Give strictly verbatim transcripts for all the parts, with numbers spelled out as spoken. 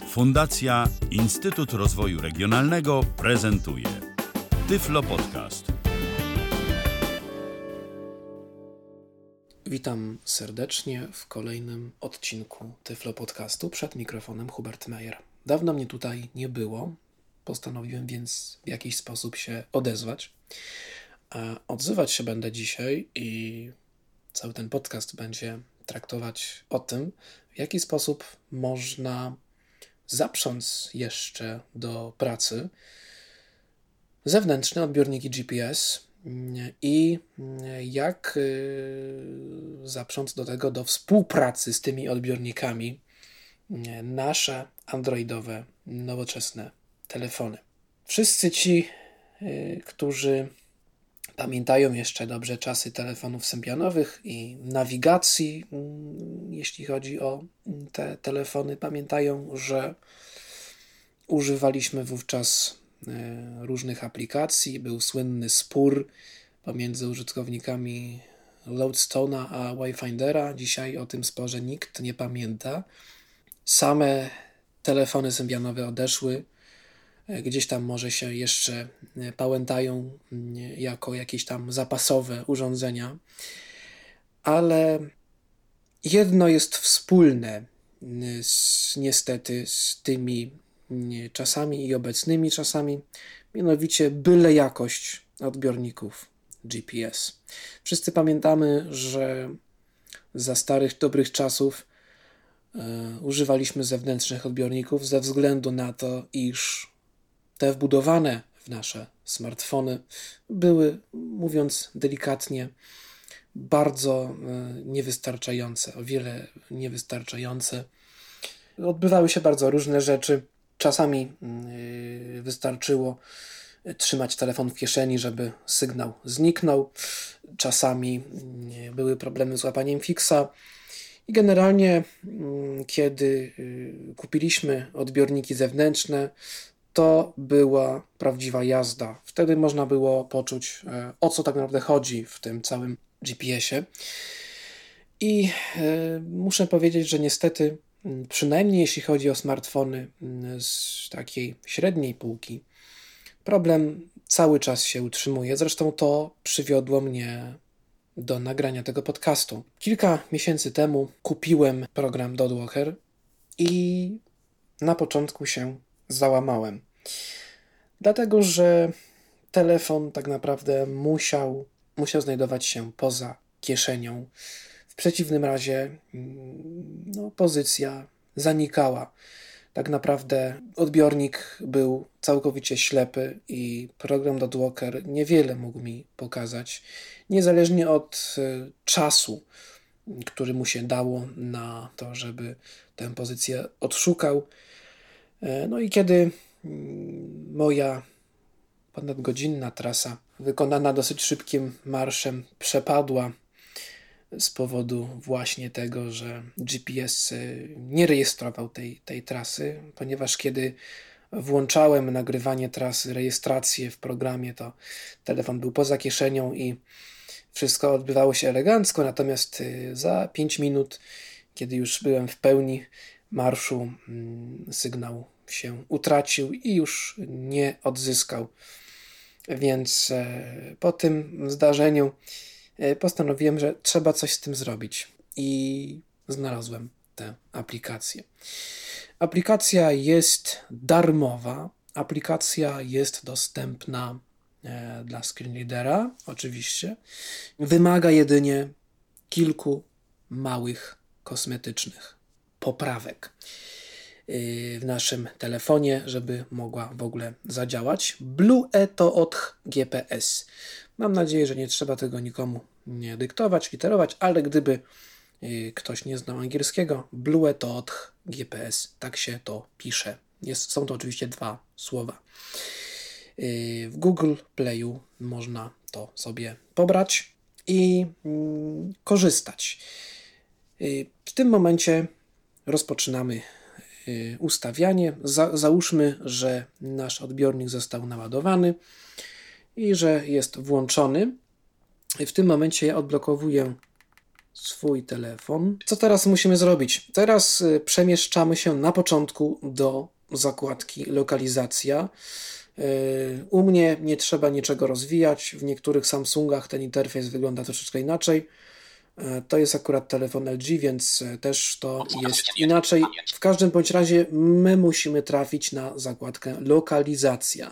Fundacja Instytut Rozwoju Regionalnego prezentuje Tyflo Podcast. Witam serdecznie w kolejnym odcinku Tyflo Podcastu. Przed mikrofonem Hubert Meyer. Dawno mnie tutaj nie było, postanowiłem więc w jakiś sposób się odezwać. A odzywać się będę dzisiaj i cały ten podcast będzie traktować o tym, w jaki sposób można zaprząc jeszcze do pracy zewnętrzne odbiorniki G P S i jak zaprząc do tego, do współpracy z tymi odbiornikami nasze androidowe, nowoczesne telefony. Wszyscy ci, którzy pamiętają jeszcze dobrze czasy telefonów symbianowych i nawigacji, jeśli chodzi o te telefony, pamiętają, że używaliśmy wówczas różnych aplikacji. Był słynny spór pomiędzy użytkownikami Loadstone'a a Wayfindera. Dzisiaj o tym sporze nikt nie pamięta. Same telefony symbianowe odeszły. Gdzieś tam może się jeszcze pałętają jako jakieś tam zapasowe urządzenia. Ale jedno jest wspólne z, niestety z tymi czasami i obecnymi czasami, mianowicie byle jakość odbiorników G P S. Wszyscy pamiętamy, że za starych, dobrych czasów y, używaliśmy zewnętrznych odbiorników ze względu na to, iż te wbudowane w nasze smartfony były, mówiąc delikatnie, bardzo y, niewystarczające, o wiele niewystarczające. Odbywały się bardzo różne rzeczy. Czasami y, wystarczyło trzymać telefon w kieszeni, żeby sygnał zniknął. Czasami y, były problemy z łapaniem fixa. I generalnie, y, kiedy y, kupiliśmy odbiorniki zewnętrzne, to była prawdziwa jazda. Wtedy można było poczuć, y, o co tak naprawdę chodzi w tym całym G P S-ie. I y, muszę powiedzieć, że niestety, przynajmniej jeśli chodzi o smartfony z takiej średniej półki, problem cały czas się utrzymuje. Zresztą to przywiodło mnie do nagrania tego podcastu. Kilka miesięcy temu kupiłem program Dotwalker i na początku się załamałem. Dlatego, że telefon tak naprawdę musiał, musiał znajdować się poza kieszenią. W przeciwnym razie no, pozycja zanikała. Tak naprawdę odbiornik był całkowicie ślepy i program Dotwalker niewiele mógł mi pokazać, niezależnie od y, czasu, który mu się dało na to, żeby tę pozycję odszukał. Y, no i kiedy y, moja ponadgodzinna trasa, wykonana dosyć szybkim marszem, przepadła z powodu właśnie tego, że G P S nie rejestrował tej, tej trasy, ponieważ kiedy włączałem nagrywanie trasy, rejestrację w programie, to telefon był poza kieszenią i wszystko odbywało się elegancko, natomiast za pięć minut, kiedy już byłem w pełni marszu, sygnał się utracił i już nie odzyskał. Więc po tym zdarzeniu postanowiłem, że trzeba coś z tym zrobić i znalazłem tę aplikację. Aplikacja jest darmowa, aplikacja jest dostępna e, dla screenreadera, oczywiście. Wymaga jedynie kilku małych, kosmetycznych poprawek w naszym telefonie, żeby mogła w ogóle zadziałać. BlueE to od G P S. Mam nadzieję, że nie trzeba tego nikomu nie dyktować, literować, ale gdyby ktoś nie znał angielskiego, BlueE to od G P S. Tak się to pisze. Jest, są to oczywiście dwa słowa. W Google Playu można to sobie pobrać i mm, korzystać. W tym momencie rozpoczynamy ustawianie. Za, załóżmy, że nasz odbiornik został naładowany i że jest włączony. W tym momencie ja odblokowuję swój telefon. Co teraz musimy zrobić? Teraz przemieszczamy się na początku do zakładki lokalizacja. U mnie nie trzeba niczego rozwijać. W niektórych Samsungach ten interfejs wygląda troszeczkę inaczej. To jest akurat telefon L G, więc też to jest inaczej. W każdym bądź razie my musimy trafić na zakładkę lokalizacja.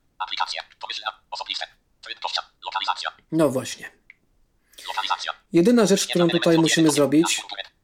No właśnie. Jedyna rzecz, którą tutaj musimy zrobić,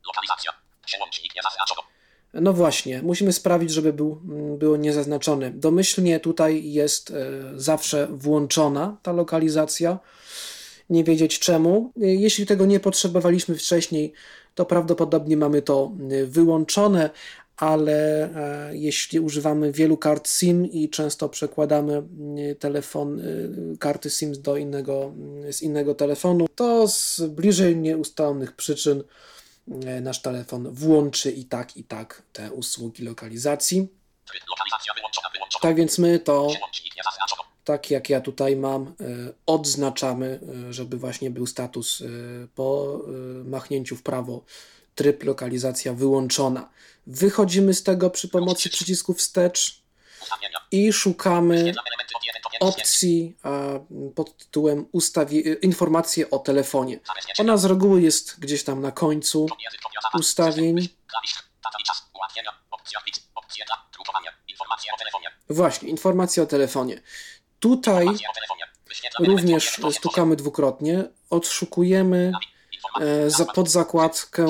no właśnie, musimy sprawić, żeby był, było niezaznaczone. Domyślnie tutaj jest e, zawsze włączona ta lokalizacja. Nie wiedzieć czemu. Jeśli tego nie potrzebowaliśmy wcześniej, to prawdopodobnie mamy to wyłączone, ale e, jeśli używamy wielu kart SIM i często przekładamy telefon, e, karty SIM do innego, z innego telefonu, to z bliżej nieustalonych przyczyn e, nasz telefon włączy i tak, i tak te usługi lokalizacji. Tak więc my to, tak jak ja tutaj mam, odznaczamy, żeby właśnie był status po machnięciu w prawo, tryb lokalizacja wyłączona. Wychodzimy z tego przy pomocy przycisku wstecz i szukamy opcji pod tytułem ustawie, informacje o telefonie. Ona z reguły jest gdzieś tam na końcu ustawień. Właśnie, informacje o telefonie. Tutaj również stukamy dwukrotnie, odszukujemy e, pod zakładkę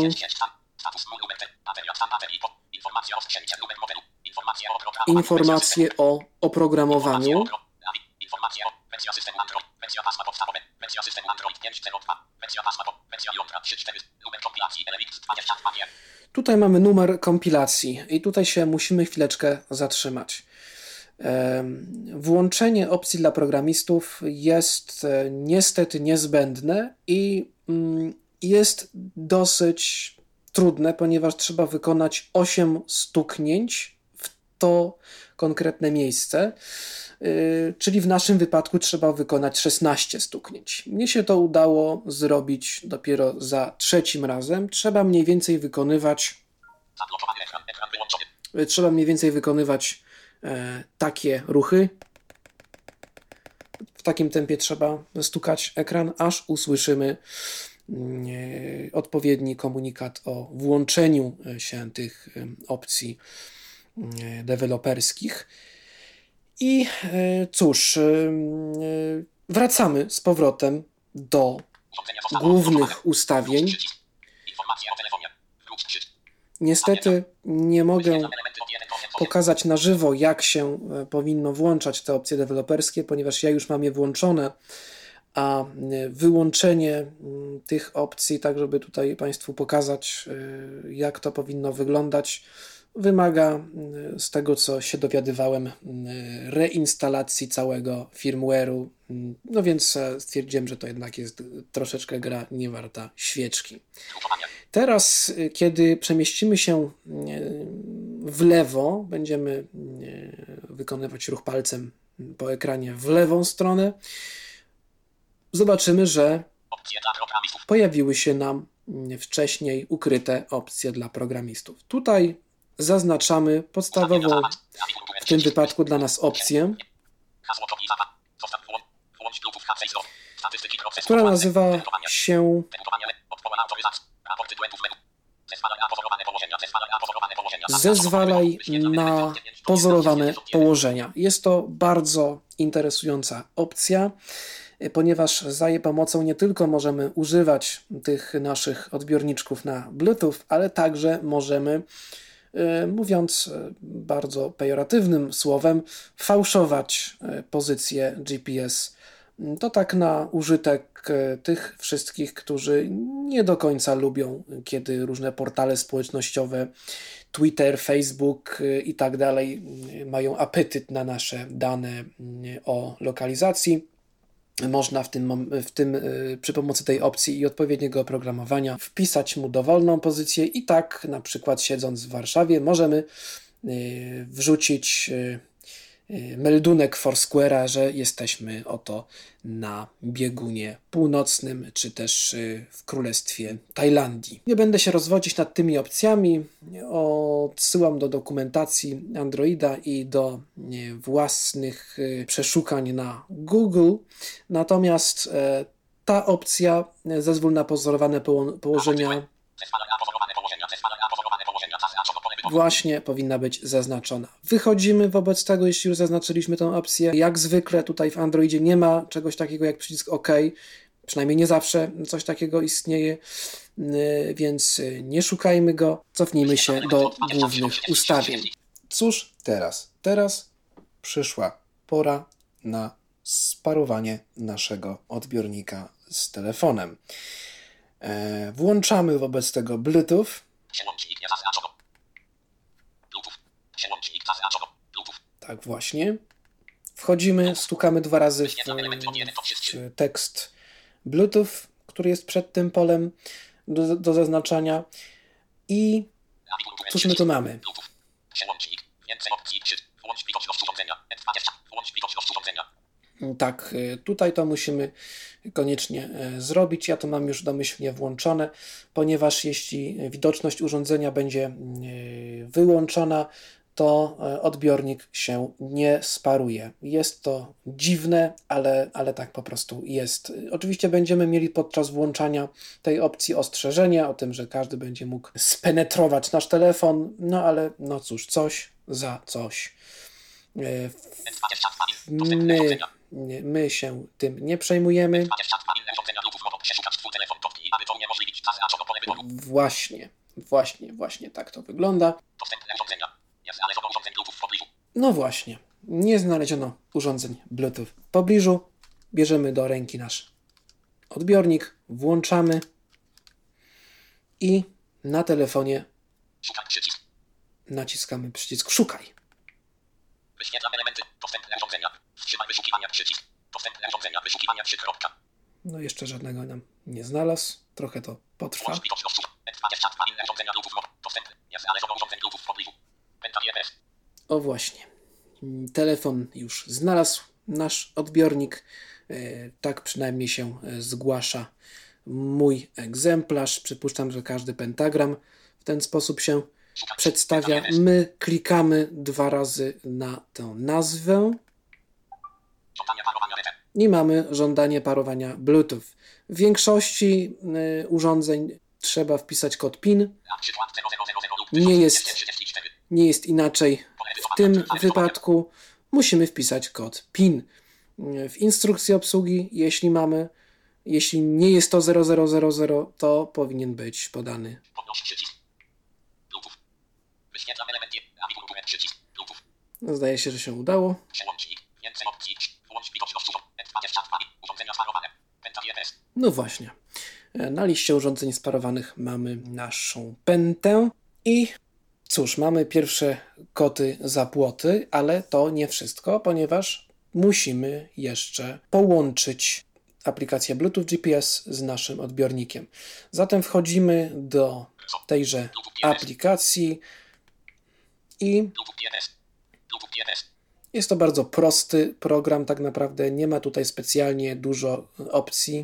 informacje o oprogramowaniu. Tutaj mamy numer kompilacji i tutaj się musimy chwileczkę zatrzymać. Włączenie opcji dla programistów jest niestety niezbędne i jest dosyć trudne, ponieważ trzeba wykonać osiem stuknięć w to konkretne miejsce, czyli w naszym wypadku trzeba wykonać szesnaście stuknięć. Mnie się to udało zrobić dopiero za trzecim razem. Trzeba mniej więcej wykonywać trzeba mniej więcej wykonywać e, takie ruchy. W takim tempie trzeba stukać ekran, aż usłyszymy e, odpowiedni komunikat o włączeniu się tych e, opcji e, deweloperskich. I e, cóż, e, wracamy z powrotem do głównych ustawień. Niestety nie mogę pokazać na żywo, jak się powinno włączać te opcje deweloperskie, ponieważ ja już mam je włączone, a wyłączenie tych opcji, tak żeby tutaj Państwu pokazać, jak to powinno wyglądać, wymaga, z tego co się dowiadywałem, reinstalacji całego firmware'u, no więc stwierdziłem, że to jednak jest troszeczkę gra niewarta świeczki. Teraz, kiedy przemieścimy się w lewo, będziemy wykonywać ruch palcem po ekranie w lewą stronę, zobaczymy, że pojawiły się nam wcześniej ukryte opcje dla programistów. Tutaj zaznaczamy podstawową, w tym wypadku dla nas opcję, która nazywa się zezwalaj na pozorowane położenia. Jest to bardzo interesująca opcja, ponieważ za jej pomocą nie tylko możemy używać tych naszych odbiorniczków na Bluetooth, ale także możemy, mówiąc bardzo pejoratywnym słowem, fałszować pozycję G P S. To tak na użytek tych wszystkich, którzy nie do końca lubią, kiedy różne portale społecznościowe, Twitter, Facebook i tak dalej mają apetyt na nasze dane o lokalizacji. Można w tym, w tym przy pomocy tej opcji i odpowiedniego oprogramowania wpisać mu dowolną pozycję i tak na przykład siedząc w Warszawie możemy wrzucić meldunek Foursquare'a, że jesteśmy oto na biegunie północnym, czy też w Królestwie Tajlandii. Nie będę się rozwodzić nad tymi opcjami. Odsyłam do dokumentacji Androida i do własnych przeszukań na Google. Natomiast ta opcja, zezwól na pozorowane położenia, właśnie powinna być zaznaczona. Wychodzimy wobec tego, jeśli już zaznaczyliśmy tę opcję. Jak zwykle tutaj w Androidzie nie ma czegoś takiego jak przycisk OK. Przynajmniej nie zawsze coś takiego istnieje, więc nie szukajmy go. Cofnijmy się do głównych ustawień. Cóż teraz? Teraz przyszła pora na sparowanie naszego odbiornika z telefonem. Włączamy wobec tego Bluetooth. Tak właśnie. Wchodzimy, stukamy dwa razy w, w tekst Bluetooth, który jest przed tym polem do, do zaznaczania. I cóż my tu mamy? Tak, tutaj to musimy koniecznie zrobić. Ja to mam już domyślnie włączone, ponieważ jeśli widoczność urządzenia będzie wyłączona, to odbiornik się nie sparuje. Jest to dziwne, ale, ale tak po prostu jest. Oczywiście będziemy mieli podczas włączania tej opcji ostrzeżenia o tym, że każdy będzie mógł spenetrować nasz telefon, no ale no cóż, coś za coś. My, my się tym nie przejmujemy. Właśnie, właśnie, właśnie tak to wygląda. No właśnie, nie znaleziono urządzeń Bluetooth w pobliżu. Bierzemy do ręki nasz odbiornik, włączamy i na telefonie naciskamy przycisk Szukaj. Wyświetlam elementy, dostępne urządzenia, wstrzymaj wyszukiwania przycisk, dostępne urządzenia, wyszukiwania trzy kropka. No jeszcze żadnego nam nie znalazł, trochę to potrwa. O właśnie, telefon już znalazł nasz odbiornik, tak przynajmniej się zgłasza mój egzemplarz. Przypuszczam, że każdy pentagram w ten sposób się przedstawia. My klikamy dwa razy na tę nazwę i mamy żądanie parowania Bluetooth. W większości y, urządzeń trzeba wpisać kod PIN. Nie jest, nie jest inaczej. W tym wypadku musimy wpisać kod PIN. W instrukcji obsługi, jeśli mamy, jeśli nie jest to zero zero zero zero, to powinien być podany. No, zdaje się, że się udało. No właśnie. Na liście urządzeń sparowanych mamy naszą pętę i cóż, mamy pierwsze koty za płoty, ale to nie wszystko, ponieważ musimy jeszcze połączyć aplikację Bluetooth G P S z naszym odbiornikiem. Zatem wchodzimy do tejże aplikacji i jest to bardzo prosty program, tak naprawdę nie ma tutaj specjalnie dużo opcji.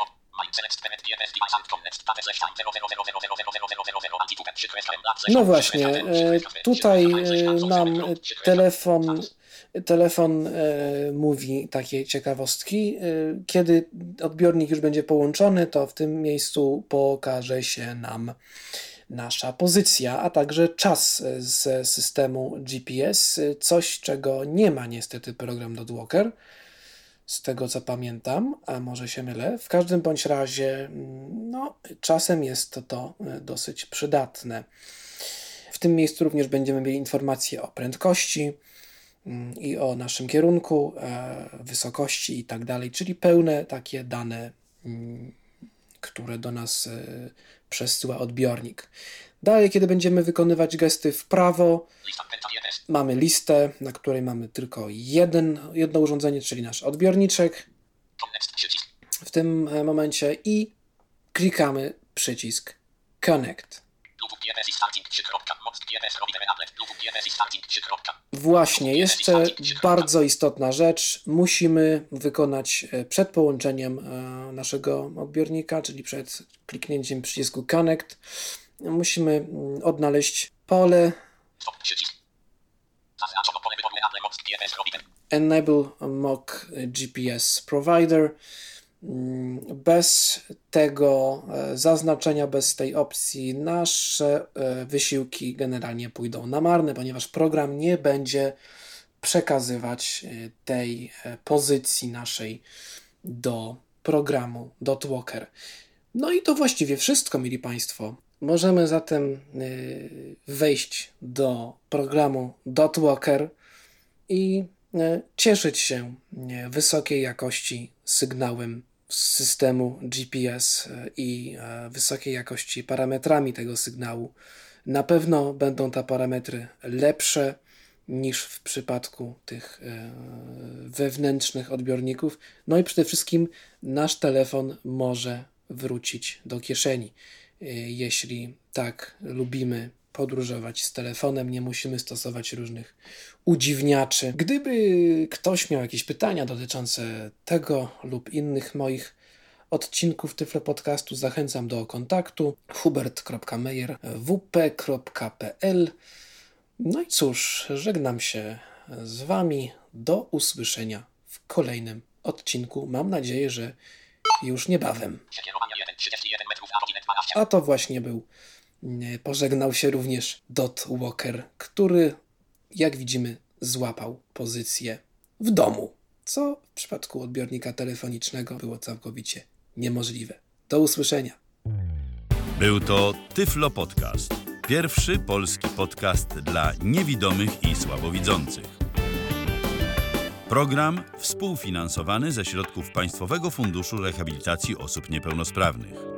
No właśnie, tutaj nam telefon, telefon mówi takie ciekawostki. Kiedy odbiornik już będzie połączony, to w tym miejscu pokaże się nam nasza pozycja, a także czas z systemu G P S, coś czego nie ma niestety program Dotwalker, z tego co pamiętam, a może się mylę. W każdym bądź razie no, czasem jest to, to dosyć przydatne. W tym miejscu również będziemy mieli informacje o prędkości i o naszym kierunku, wysokości i tak dalej, czyli pełne takie dane, które do nas przesyła odbiornik. Dalej, kiedy będziemy wykonywać gesty w prawo, mamy listę, na której mamy tylko jeden, jedno urządzenie, czyli nasz odbiorniczek w tym momencie i klikamy przycisk Connect. Właśnie, jeszcze bardzo istotna rzecz. Musimy wykonać przed połączeniem naszego odbiornika, czyli przed kliknięciem przycisku Connect, musimy odnaleźć pole Enable Mock G P S Provider. Bez tego zaznaczenia, bez tej opcji nasze wysiłki generalnie pójdą na marne, ponieważ program nie będzie przekazywać tej pozycji naszej do programu dotwalker. No i to właściwie wszystko, mili Państwo. Możemy zatem wejść do programu dotwalker i cieszyć się wysokiej jakości sygnałem z systemu G P S i wysokiej jakości parametrami tego sygnału. Na pewno będą te parametry lepsze niż w przypadku tych wewnętrznych odbiorników. No i przede wszystkim nasz telefon może wrócić do kieszeni. Jeśli tak lubimy podróżować z telefonem, nie musimy stosować różnych udziwniaczy. Gdyby ktoś miał jakieś pytania dotyczące tego lub innych moich odcinków Tyflo Podcastu, zachęcam do kontaktu hubert kropka meyer w p kropka p l. No i cóż, żegnam się z Wami. Do usłyszenia w kolejnym odcinku. Mam nadzieję, że już niebawem. A to właśnie był, pożegnał się również dotwalker, który, jak widzimy, złapał pozycję w domu, co w przypadku odbiornika telefonicznego było całkowicie niemożliwe. Do usłyszenia. Był to Tyflo Podcast. Pierwszy polski podcast dla niewidomych i słabowidzących. Program współfinansowany ze środków Państwowego Funduszu Rehabilitacji Osób Niepełnosprawnych.